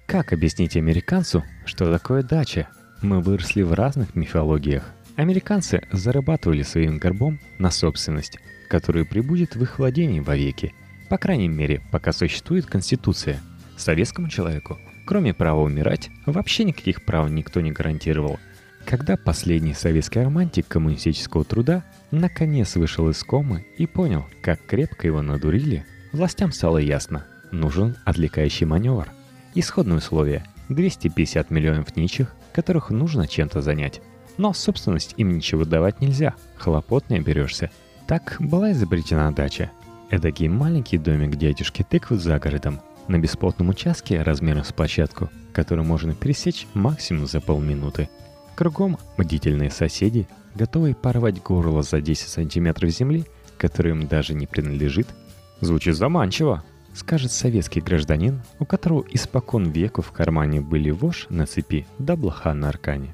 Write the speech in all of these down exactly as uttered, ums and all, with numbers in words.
Как объяснить американцу, что такое дача? Мы выросли в разных мифологиях. Американцы зарабатывали своим горбом на собственность, которая пребудет в их владении вовеки. По крайней мере, пока существует Конституция. Советскому человеку, кроме права умирать, вообще никаких прав никто не гарантировал. Когда последний советский романтик коммунистического труда наконец вышел из комы и понял, как крепко его надурили, властям стало ясно – нужен отвлекающий маневр. Исходные условия – двести пятьдесят миллионов нищих, которых нужно чем-то занять. Но в собственность им ничего давать нельзя, хлопот не оберешься. Так была изобретена дача. Эдакий маленький домик дядюшки тыквы за городом, на бесплотном участке размером с площадку, который можно пересечь максимум за полминуты. Кругом бдительные соседи, готовые порвать горло за десять сантиметров земли, которая им даже не принадлежит. Звучит заманчиво, скажет советский гражданин, у которого испокон веку в кармане были вож на цепи да блоха на аркане.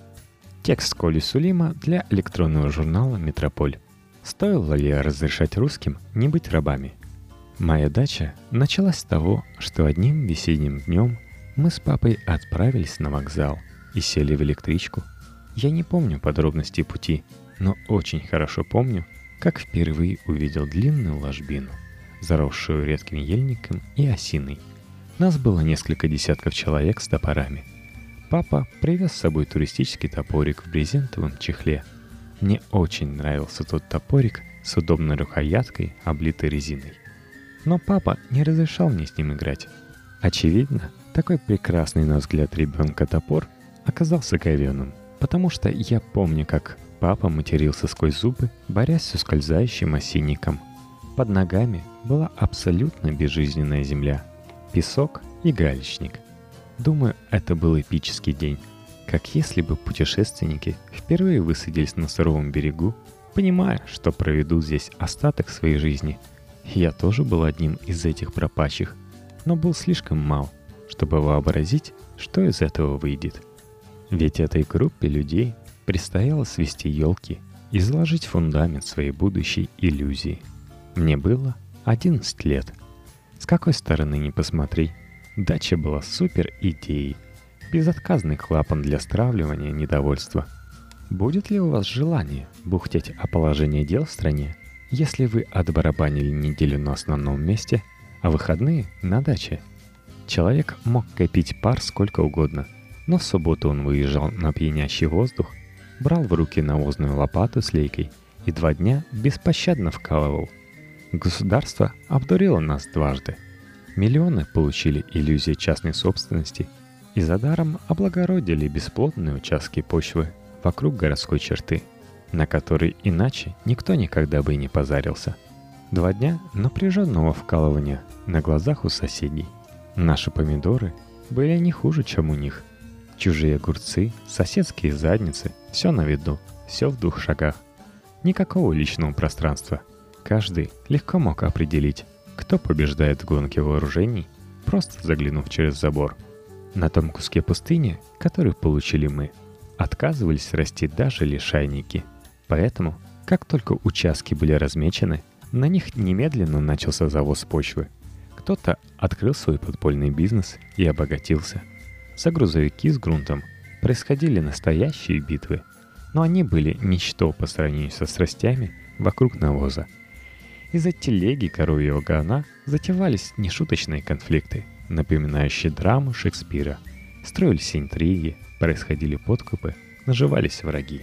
Текст Коли Сулима для электронного журнала «Метрополь». Стоило ли разрешать русским не быть рабами? Моя дача началась с того, что одним весенним днем мы с папой отправились на вокзал и сели в электричку. Я не помню подробностей пути, но очень хорошо помню, как впервые увидел длинную ложбину, заросшую редким ельником и осиной. Нас было несколько десятков человек с топорами. Папа привез с собой туристический топорик в брезентовом чехле. Мне очень нравился тот топорик с удобной рукояткой, облитой резиной. Но папа не разрешал мне с ним играть. Очевидно, такой прекрасный на взгляд ребенка топор оказался говёным, потому что я помню, как папа матерился сквозь зубы, борясь с ускользающим осинником. Под ногами была абсолютно безжизненная земля, песок и галечник. Думаю, это был эпический день, как если бы путешественники впервые высадились на суровом берегу, понимая, что проведут здесь остаток своей жизни. Я тоже был одним из этих пропащих, но был слишком мал, чтобы вообразить, что из этого выйдет. Ведь этой группе людей предстояло свести елки и заложить фундамент своей будущей иллюзии. Мне было одиннадцать лет. С какой стороны ни посмотри, дача была супер идеей, безотказный клапан для стравливания недовольства. Будет ли у вас желание бухтеть о положении дел в стране, если вы отбарабанили неделю на основном месте, а выходные на даче? Человек мог копить пар сколько угодно, но в субботу он выезжал на пьянящий воздух, брал в руки навозную лопату с лейкой и два дня беспощадно вкалывал. Государство обдурило нас дважды. Миллионы получили иллюзию частной собственности и за даром облагородили бесплодные участки почвы вокруг городской черты, на которой иначе никто никогда бы и не позарился. Два дня напряженного вкалывания на глазах у соседей. Наши помидоры были не хуже, чем у них. Чужие огурцы, соседские задницы, все на виду, все в двух шагах. Никакого личного пространства. Каждый легко мог определить, кто побеждает в гонке вооружений, просто заглянув через забор. На том куске пустыни, который получили мы, отказывались расти даже лишайники. Поэтому, как только участки были размечены, на них немедленно начался завоз почвы. Кто-то открыл свой подпольный бизнес и обогатился. За грузовики с грунтом происходили настоящие битвы, но они были ничто по сравнению со страстями вокруг навоза. Из-за телеги коровьего говна затевались нешуточные конфликты, напоминающие драму Шекспира. Строились интриги, происходили подкупы, наживались враги.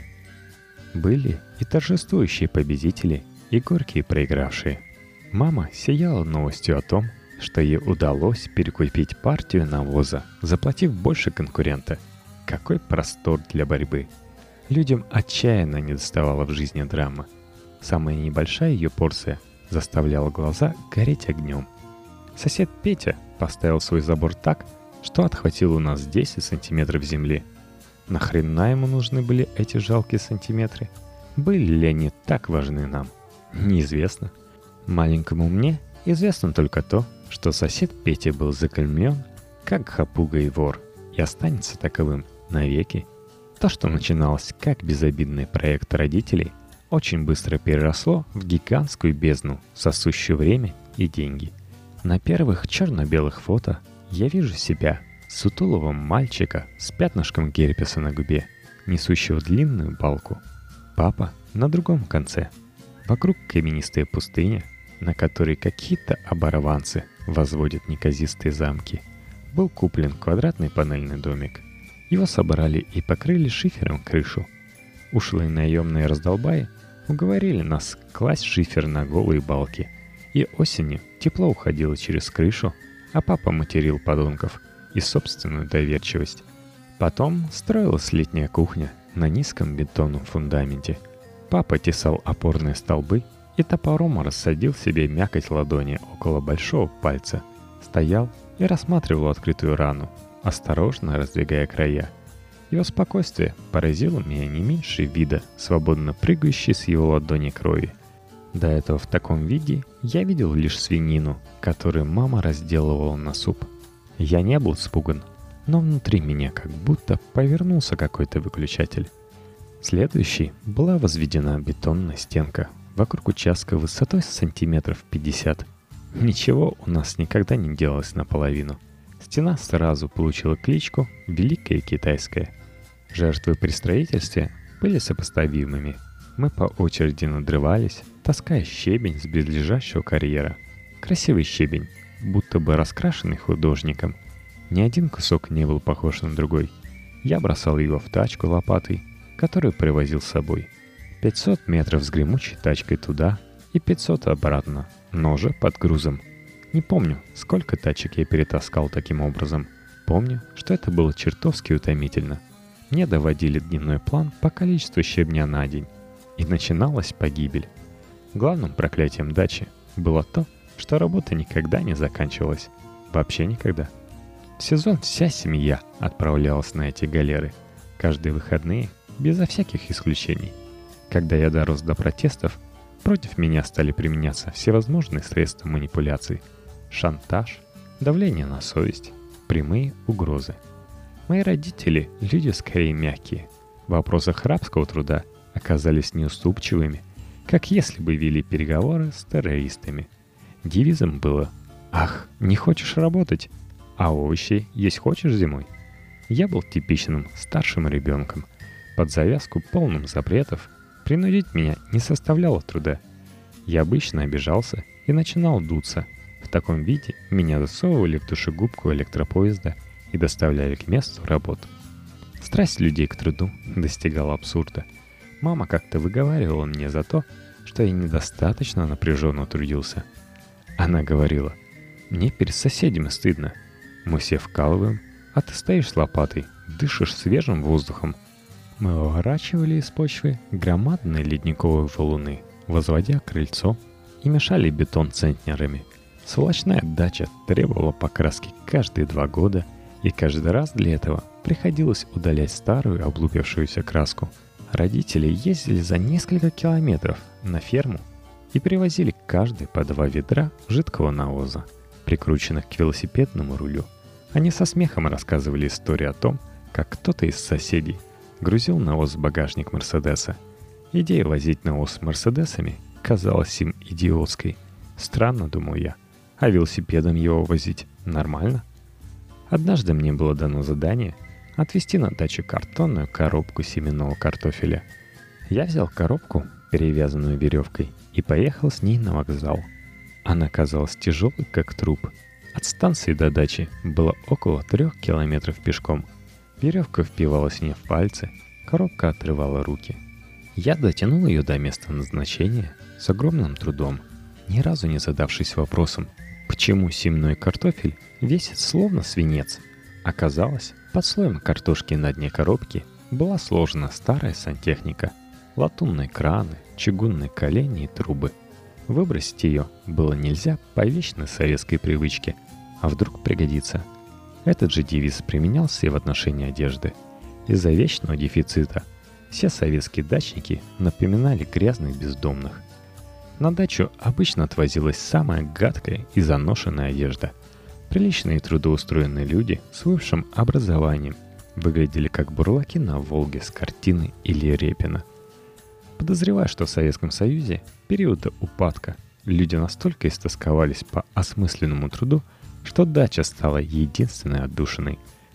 Были и торжествующие победители, и горькие проигравшие. Мама сияла новостью о том, что ей удалось перекупить партию навоза, заплатив больше конкурента. Какой простор для борьбы! Людям отчаянно недоставало в жизни драмы. Самая небольшая ее порция заставляла глаза гореть огнем. Сосед Петя поставил свой забор так, что отхватил у нас десять сантиметров земли. Нахрена ему нужны были эти жалкие сантиметры? Были ли они так важны нам? Неизвестно. Маленькому мне известно только то, что сосед Петя был заклеймен как хапуга и вор, и останется таковым навеки. То, что начиналось как безобидный проект родителей, очень быстро переросло в гигантскую бездну, сосущую время и деньги. На первых черно-белых фото я вижу себя, сутулого мальчика с пятнышком герпеса на губе, несущего длинную палку. Папа на другом конце. Вокруг каменистая пустыня, на которой какие-то оборванцы возводят неказистые замки. Был куплен квадратный панельный домик. Его собрали и покрыли шифером крышу. Ушлые наемные раздолбаи уговорили нас класть шифер на голые балки. И осенью тепло уходило через крышу, а папа материл подонков и собственную доверчивость. Потом строилась летняя кухня на низком бетонном фундаменте. Папа тесал опорные столбы и топором рассадил себе мякоть ладони около большого пальца. Стоял и рассматривал открытую рану, осторожно раздвигая края. Его спокойствие поразило меня не меньше вида, свободно прыгающей с его ладони крови. До этого в таком виде я видел лишь свинину, которую мама разделывала на суп. Я не был испуган, но внутри меня как будто повернулся какой-то выключатель. Следующей была возведена бетонная стенка вокруг участка высотой сантиметров пятьдесят. Ничего у нас никогда не делалось наполовину. Стена сразу получила кличку «Великая Китайская». Жертвы при строительстве были сопоставимыми. Мы по очереди надрывались, таская щебень с близлежащего карьера. Красивый щебень, будто бы раскрашенный художником. Ни один кусок не был похож на другой. Я бросал его в тачку лопатой, которую привозил с собой. пятьсот метров с гремучей тачкой туда и пятьсот обратно, но уже под грузом. Не помню, сколько тачек я перетаскал таким образом. Помню, что это было чертовски утомительно. Мне доводили дневной план по количеству щебня на день. И начиналась погибель. Главным проклятием дачи было то, что работа никогда не заканчивалась. Вообще никогда. В сезон вся семья отправлялась на эти галеры. Каждые выходные, безо всяких исключений. Когда я дорос до протестов, против меня стали применяться всевозможные средства манипуляций. Шантаж, давление на совесть, прямые угрозы. Мои родители – люди скорее мягкие. В вопросах рабского труда оказались неуступчивыми, как если бы вели переговоры с террористами. Девизом было «Ах, не хочешь работать? А овощи есть хочешь зимой?» Я был типичным старшим ребенком. Под завязку полным запретов принудить меня не составляло труда. Я обычно обижался и начинал дуться. В таком виде меня засовывали в душегубку электропоезда и доставляли к месту работы. Страсть людей к труду достигала абсурда. Мама как-то выговаривала мне за то, что я недостаточно напряженно трудился. Она говорила: «Мне перед соседями стыдно. Мы все вкалываем, а ты стоишь с лопатой, дышишь свежим воздухом». Мы выворачивали из почвы громадные ледниковые валуны, возводя крыльцо, и мешали бетон центнерами. Сволочная дача требовала покраски каждые два года, и каждый раз для этого приходилось удалять старую облупившуюся краску. Родители ездили за несколько километров на ферму и привозили каждый по два ведра жидкого навоза, прикрученных к велосипедному рулю. Они со смехом рассказывали историю о том, как кто-то из соседей грузил навоз в багажник Мерседеса. Идея возить навоз с Мерседесами казалась им идиотской. Странно, думал я, а велосипедом его возить нормально? Однажды мне было дано задание отвезти на дачу картонную коробку семенного картофеля. Я взял коробку, перевязанную веревкой, и поехал с ней на вокзал. Она казалась тяжелой, как труп. От станции до дачи было около трех километров пешком. Веревка впивалась мне в пальцы, коробка отрывала руки. Я дотянул ее до места назначения с огромным трудом, ни разу не задавшись вопросом, почему семенной картофель весит словно свинец. Оказалось, под слоем картошки на дне коробки была сложена старая сантехника. Латунные краны, чугунные колени и трубы. Выбросить ее было нельзя по вечной советской привычке, а вдруг пригодится. Этот же девиз применялся и в отношении одежды. Из-за вечного дефицита все советские дачники напоминали грязных бездомных. На дачу обычно отвозилась самая гадкая и заношенная одежда. Приличные трудоустроенные люди с высшим образованием выглядели как бурлаки на Волге с картины или Репина. Подозреваю, что в Советском Союзе периода упадка люди настолько истосковались по осмысленному труду, что дача стала единственной отдушиной,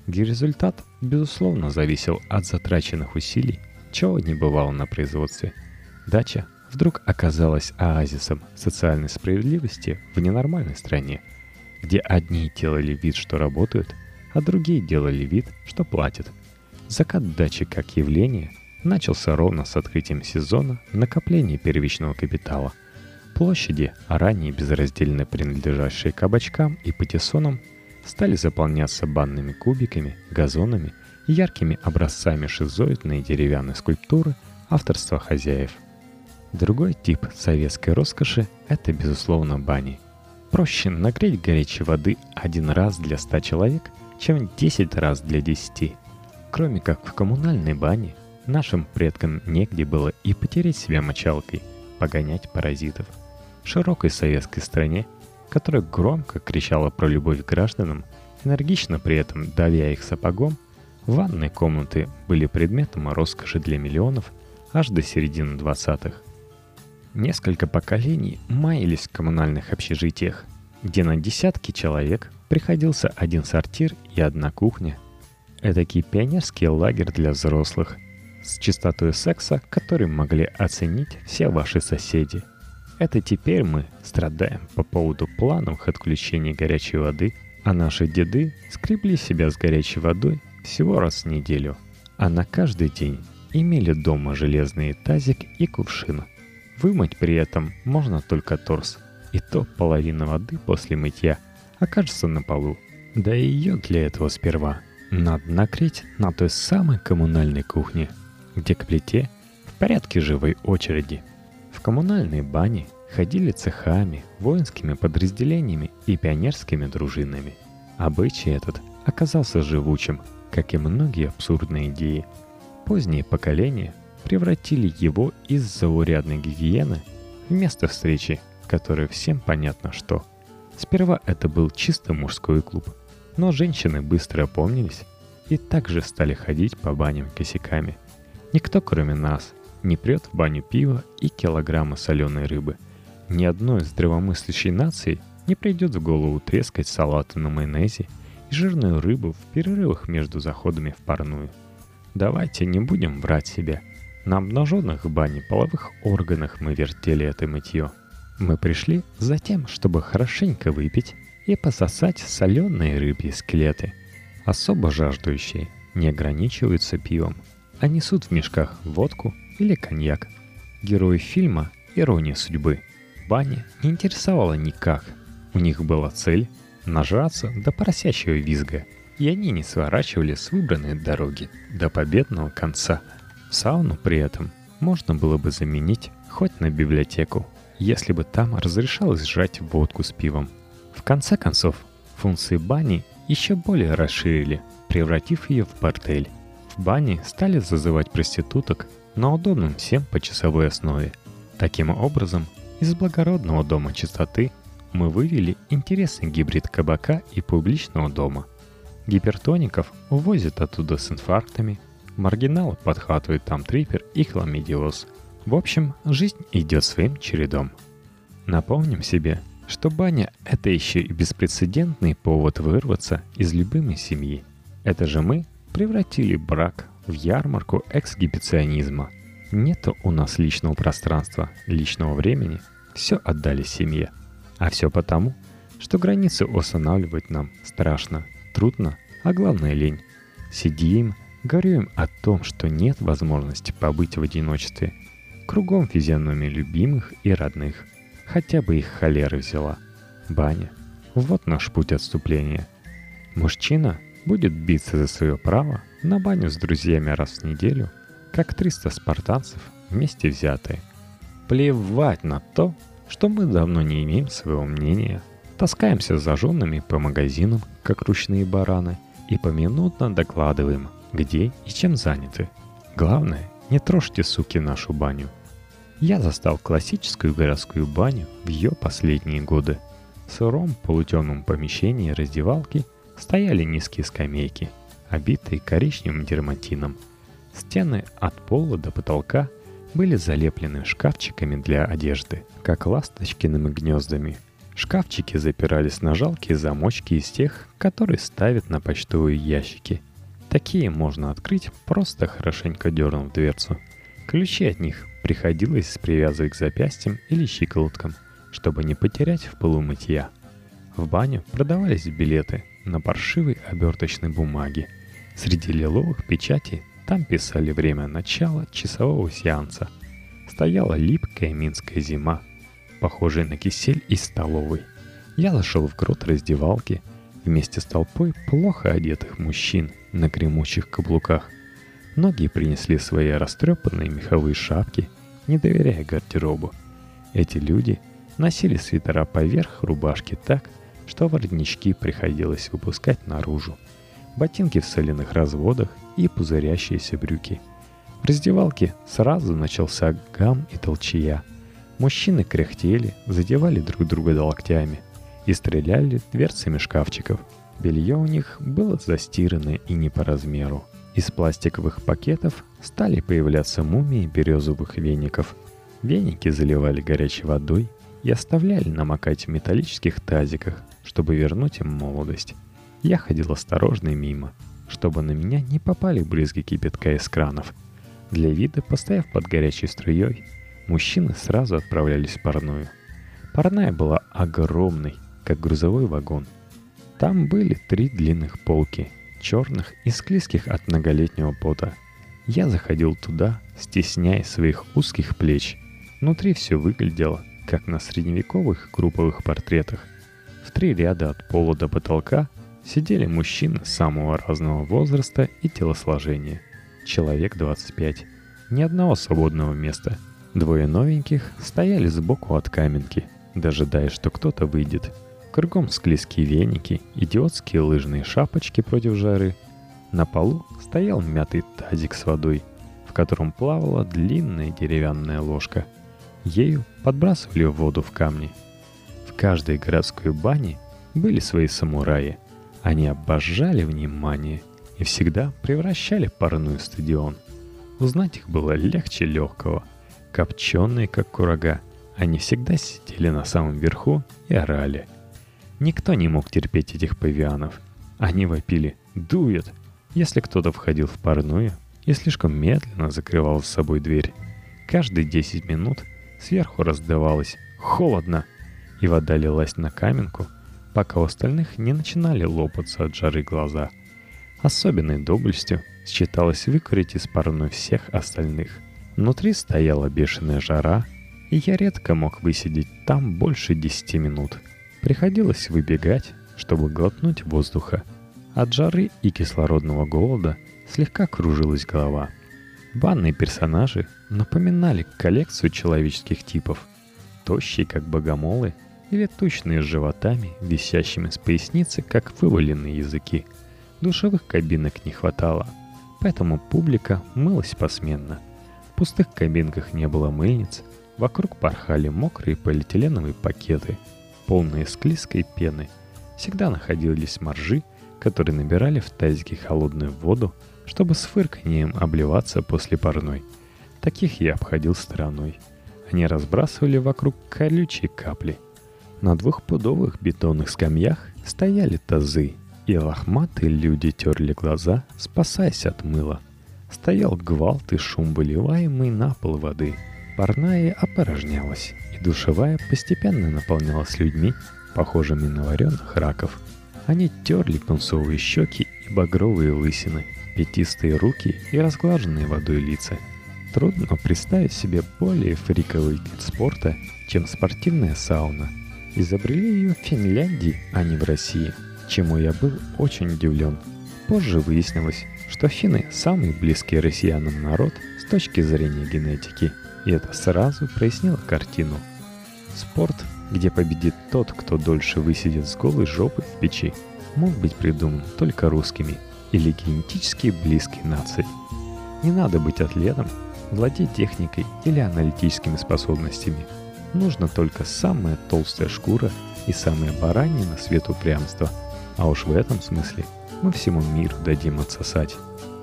где результат, безусловно, зависел от затраченных усилий, чего не бывало на производстве. Дача вдруг оказалась оазисом социальной справедливости в ненормальной стране, где одни делали вид, что работают, а другие делали вид, что платят. Закат дачи как явление начался ровно с открытием сезона накопления первичного капитала. Площади, ранее безраздельно принадлежащие кабачкам и патиссонам, стали заполняться банными кубиками, газонами и яркими образцами шизоидной деревянной скульптуры авторства хозяев. Другой тип советской роскоши – это, безусловно, бани. Проще нагреть горячей воды один раз для ста человек, чем десять раз для десяти. Кроме как в коммунальной бане, нашим предкам негде было и потереть себя мочалкой, погонять паразитов. В широкой советской стране, которая громко кричала про любовь к гражданам, энергично при этом давя их сапогом, ванные комнаты были предметом роскоши для миллионов аж до середины двадцатых. Несколько поколений маялись в коммунальных общежитиях, где на десятки человек приходился один сортир и одна кухня. Эдакий пионерский лагерь для взрослых, с частотой секса, который могли оценить все ваши соседи. Это теперь мы страдаем по поводу плановых отключений горячей воды, а наши деды скребли себя с горячей водой всего раз в неделю, а на каждый день имели дома железный тазик и кувшин. Вымыть при этом можно только торс, и то половина воды после мытья окажется на полу. Да и ее для этого сперва надо накрыть на той самой коммунальной кухне, где к плите в порядке живой очереди. В коммунальные бани ходили цехами, воинскими подразделениями и пионерскими дружинами. Обычай этот оказался живучим, как и многие абсурдные идеи. Поздние поколения превратили его из заурядной гигиены в место встречи, которое всем понятно что. Сперва это был чисто мужской клуб, но женщины быстро опомнились и также стали ходить по баням косяками. Никто, кроме нас, не прет в баню пива и килограмма соленой рыбы. Ни одной здравомыслящей нации не придет в голову трескать салаты на майонезе и жирную рыбу в перерывах между заходами в парную. Давайте не будем врать себе. На обнаженных в бане половых органах мы вертели это мытье. Мы пришли за тем, чтобы хорошенько выпить и пососать соленые рыбьи скелеты. Особо жаждущие не ограничиваются пивом, а несут в мешках водку или коньяк. Герои фильма «Ирония судьбы» баня не интересовала никак. У них была цель нажраться до поросячьего визга, и они не сворачивали с выбранной дороги до победного конца. Сауну при этом можно было бы заменить хоть на библиотеку, если бы там разрешалось жрать водку с пивом. В конце концов, функции бани еще более расширили, превратив ее в бордель. В бане стали зазывать проституток на удобном всем почасовой основе. Таким образом, из благородного дома чистоты мы вывели интересный гибрид кабака и публичного дома. Гипертоников увозят оттуда с инфарктами, маргиналы подхватывают там трипер и хламидиоз. В общем, жизнь идет своим чередом. Напомним себе, что баня – это еще и беспрецедентный повод вырваться из любимой семьи. Это же мы превратили брак в ярмарку эксгибиционизма. Нету у нас личного пространства, личного времени, все отдали семье. А все потому, что границы устанавливать нам страшно, трудно, а главное лень. Сидим, горюем о том, что нет возможности побыть в одиночестве. Кругом физиономии любимых и родных. Хотя бы их холера взяла. Баня. Вот наш путь отступления. Мужчина будет биться за свое право на баню с друзьями раз в неделю, как триста спартанцев вместе взятые. Плевать на то, что мы давно не имеем своего мнения. Таскаемся за женами по магазинам, как ручные бараны, и поминутно докладываем, где и чем заняты. Главное, не трожьте, суки, нашу баню. Я застал классическую городскую баню в ее последние годы. В сыром полутемном помещении раздевалки стояли низкие скамейки, обитые коричневым дерматином. Стены от пола до потолка были залеплены шкафчиками для одежды, как ласточкиными гнездами. Шкафчики запирались на жалкие замочки из тех, которые ставят на почтовые ящики. Такие можно открыть, просто хорошенько дернув дверцу. Ключи от них приходилось привязывать к запястьям или щиколоткам, чтобы не потерять в пылу мытья. В баню продавались билеты на паршивой оберточной бумаге. Среди лиловых печатей там писали время начала часового сеанса. Стояла липкая минская зима, похожая на кисель из столовой. Я зашел в грот раздевалки вместе с толпой плохо одетых мужчин на гремучих каблуках. Многие принесли свои растрепанные меховые шапки, не доверяя гардеробу. Эти люди носили свитера поверх рубашки так, что воротнички приходилось выпускать наружу. Ботинки в соляных разводах и пузырящиеся брюки. В раздевалке сразу начался гам и толчья. Мужчины кряхтели, задевали друг друга локтями и стреляли дверцами шкафчиков. Белье у них было застиранное и не по размеру. Из пластиковых пакетов стали появляться мумии березовых веников. Веники заливали горячей водой и оставляли намокать в металлических тазиках, чтобы вернуть им молодость. Я ходил осторожно мимо, чтобы на меня не попали брызги кипятка из кранов. Для вида, постояв под горячей струей, мужчины сразу отправлялись в парную. Парная была огромной, как грузовой вагон. Там были три длинных полки, черных и склизких от многолетнего пота. Я заходил туда, стесняя своих узких плеч. Внутри все выглядело, как на средневековых групповых портретах. В три ряда от пола до потолка сидели мужчины самого разного возраста и телосложения. Человек двадцать пять. Ни одного свободного места. Двое новеньких стояли сбоку от каменки, дожидаясь, что кто-то выйдет. Кругом склизкие веники, идиотские лыжные шапочки против жары. На полу стоял мятый тазик с водой, в котором плавала длинная деревянная ложка. Ею подбрасывали в воду в камни. В каждой городской бане были свои самураи. Они обожали внимание и всегда превращали парную в стадион. Узнать их было легче легкого. Копченые, как курага, они всегда сидели на самом верху и орали. Никто не мог терпеть этих павианов. Они вопили «дует», если кто-то входил в парную и слишком медленно закрывал с собой дверь. Каждые десять минут сверху раздавалось «холодно», и вода лилась на каменку, пока у остальных не начинали лопаться от жары глаза. Особенной доблестью считалось выкурить из парной всех остальных. Внутри стояла бешеная жара, и я редко мог высидеть там больше десяти минут. Приходилось выбегать, чтобы глотнуть воздуха. От жары и кислородного голода слегка кружилась голова. Банные персонажи напоминали коллекцию человеческих типов. Тощие, как богомолы, или тучные с животами, висящими с поясницы, как вываленные языки. Душевых кабинок не хватало, поэтому публика мылась посменно. В пустых кабинках не было мыльниц, вокруг порхали мокрые полиэтиленовые пакеты, полные склизкой пены. Всегда находились моржи, которые набирали в тазике холодную воду, чтобы с фырканьем обливаться после парной. Таких я обходил стороной. Они разбрасывали вокруг колючие капли. На двухпудовых бетонных скамьях стояли тазы, и лохматые люди терли глаза, спасаясь от мыла. Стоял гвалт и шум, выливаемый на пол воды. Парная опорожнялась, и душевая постепенно наполнялась людьми, похожими на вареных раков. Они терли пунцовые щеки и багровые лысины, пятистые руки и разглаженные водой лица. Трудно представить себе более фриковый вид спорта, чем спортивная сауна. Изобрели ее в Финляндии, а не в России, чему я был очень удивлен. Позже выяснилось, что финны – самый близкий россиянам народ с точки зрения генетики, и это сразу прояснило картину. Спорт, где победит тот, кто дольше высидит с голой жопой в печи, мог быть придуман только русскими или генетически близкой нацией. Не надо быть атлетом, владеть техникой или аналитическими способностями. Нужно только самая толстая шкура и самое баранье на свет упрямство. А уж в этом смысле мы всему миру дадим отсосать.